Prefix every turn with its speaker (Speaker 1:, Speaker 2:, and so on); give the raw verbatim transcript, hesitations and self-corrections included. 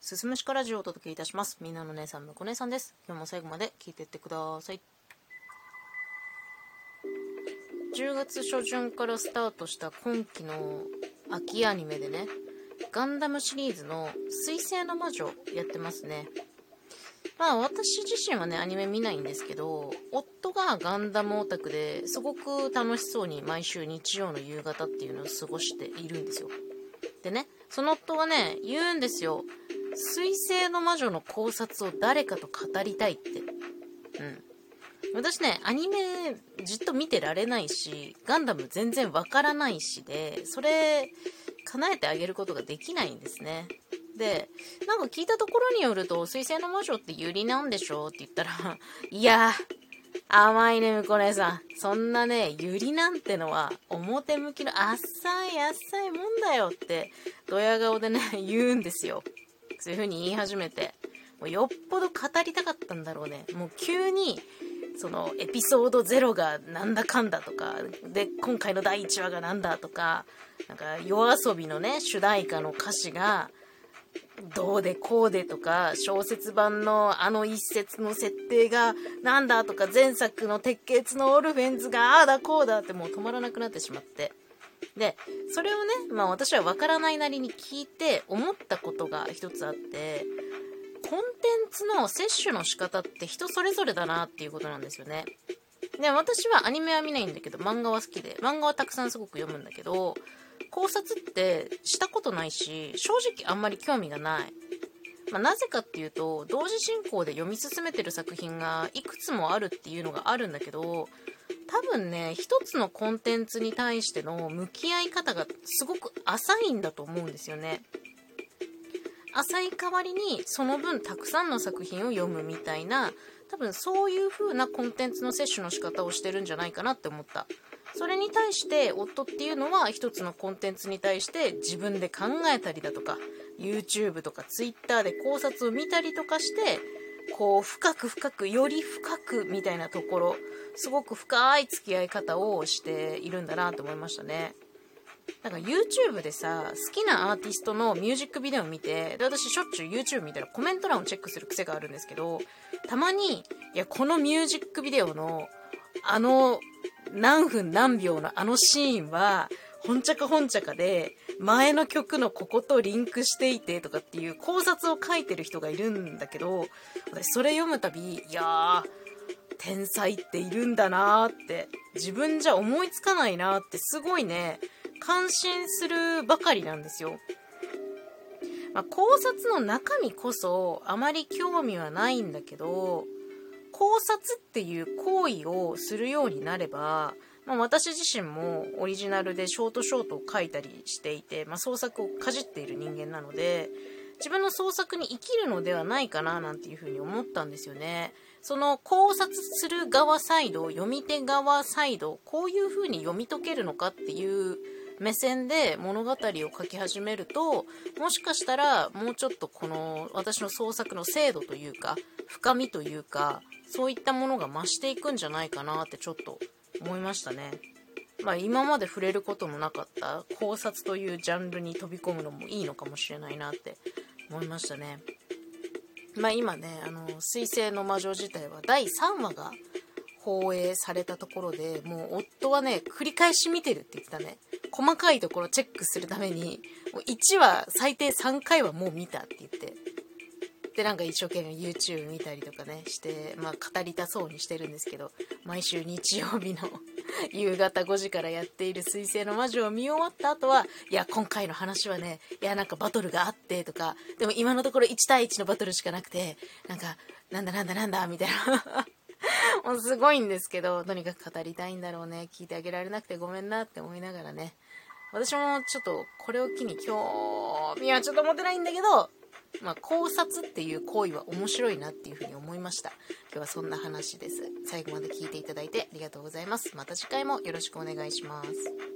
Speaker 1: すすむしかラジオをお届けいたします。みんなの姉さん、むこ姉さんです。今日も最後まで聞いていってください。じゅうがつしょじゅんからスタートした今期の秋アニメでね、ガンダムシリーズの水星の魔女やってますね。まあ私自身はねアニメ見ないんですけど、夫がガンダムオタクですごく楽しそうに毎週日曜の夕方っていうのを過ごしているんですよ。でね、その夫がね言うんですよ。水星の魔女の考察を誰かと語りたいって。うん私ねアニメじっと見てられないし、ガンダム全然わからないしで、それ叶えてあげることができないんですね。で、なんか聞いたところによると、水星の魔女ってユリなんでしょって言ったら、いやー、甘いね、むこ姉さん。そんなね、ユリなんてのは、表向きのあっさいあっさいもんだよって、ドヤ顔でね、言うんですよ。そういう風に言い始めて。もうよっぽど語りたかったんだろうね。もう急に、そのエピソードゼロがなんだかんだとか、で、今回のだいいちわがなんだとか、なんか夜遊びのね、主題歌の歌詞が、どうでこうでとか、小説版のあの一節の設定がなんだとか、前作の鉄血のオルフェンズがああだこうだってもう止まらなくなってしまって、でそれをね、まあ私は分からないなりに聞いて思ったことが一つあって、コンテンツの摂取の仕方って人それぞれだなっていうことなんですよね。で私はアニメは見ないんだけど漫画は好きで、漫画はたくさんすごく読むんだけど、考察ってしたことないし、正直あんまり興味がない。まあ、なぜかっていうと、同時進行で読み進めてる作品がいくつもあるっていうのがあるんだけど、多分ね、一つのコンテンツに対しての向き合い方がすごく浅いんだと思うんですよね。浅い代わりにその分たくさんの作品を読むみたいな、多分そういう風なコンテンツの摂取の仕方をしてるんじゃないかなって思った。それに対して夫っていうのは一つのコンテンツに対して自分で考えたりだとか、 YouTube とか Twitter で考察を見たりとかして、こう深く深くより深くみたいなところ、すごく深い付き合い方をしているんだなと思いましたね。なんか YouTube でさ、好きなアーティストのミュージックビデオ見て、で私しょっちゅう YouTube 見たらコメント欄をチェックする癖があるんですけど、たまに、いやこのミュージックビデオのあの何分何秒のあのシーンはほんちゃかほんちゃかで前の曲のこことリンクしていてとかっていう考察を書いてる人がいるんだけど、私それ読むたび、いやー天才っているんだなーって、自分じゃ思いつかないなーってすごいね感心するばかりなんですよ。まあ、考察の中身こそあまり興味はないんだけど、考察っていう行為をするようになれば、まあ、私自身もオリジナルでショートショートを書いたりしていて、まあ、創作をかじっている人間なので、自分の創作に生きるのではないかななんていうふうに思ったんですよね。その考察する側サイド、読み手側サイド、こういうふうに読み解けるのかっていう目線で物語を書き始めると、もしかしたらもうちょっとこの私の創作の精度というか深みというか、そういったものが増していくんじゃないかなってちょっと思いましたね。まあ今まで触れることもなかった考察というジャンルに飛び込むのもいいのかもしれないなって思いましたね。まあ今ね、あの水星の魔女自体はだいさんわが放映されたところで、もう夫はね繰り返し見てるって言ってたね。細かいところチェックするためにもういちわ最低さんかいはもう見たって言って、でなんか一生懸命 YouTube 見たりとかねして、まあ語りたそうにしてるんですけど、毎週日曜日の夕方ごじからやっている水星の魔女を見終わった後は、いや今回の話はね、いやなんかバトルがあってとか、でも今のところいちたいいちのバトルしかなくて、なんかなんだなんだなんだみたいなもうすごいんですけど、とにかく語りたいんだろうね。聞いてあげられなくてごめんなって思いながらね、私もちょっとこれを機に興味はちょっと持てないんだけど、まあ、考察っていう行為は面白いなっていうふうに思いました。今日はそんな話です。最後まで聞いていただいてありがとうございます。また次回もよろしくお願いします。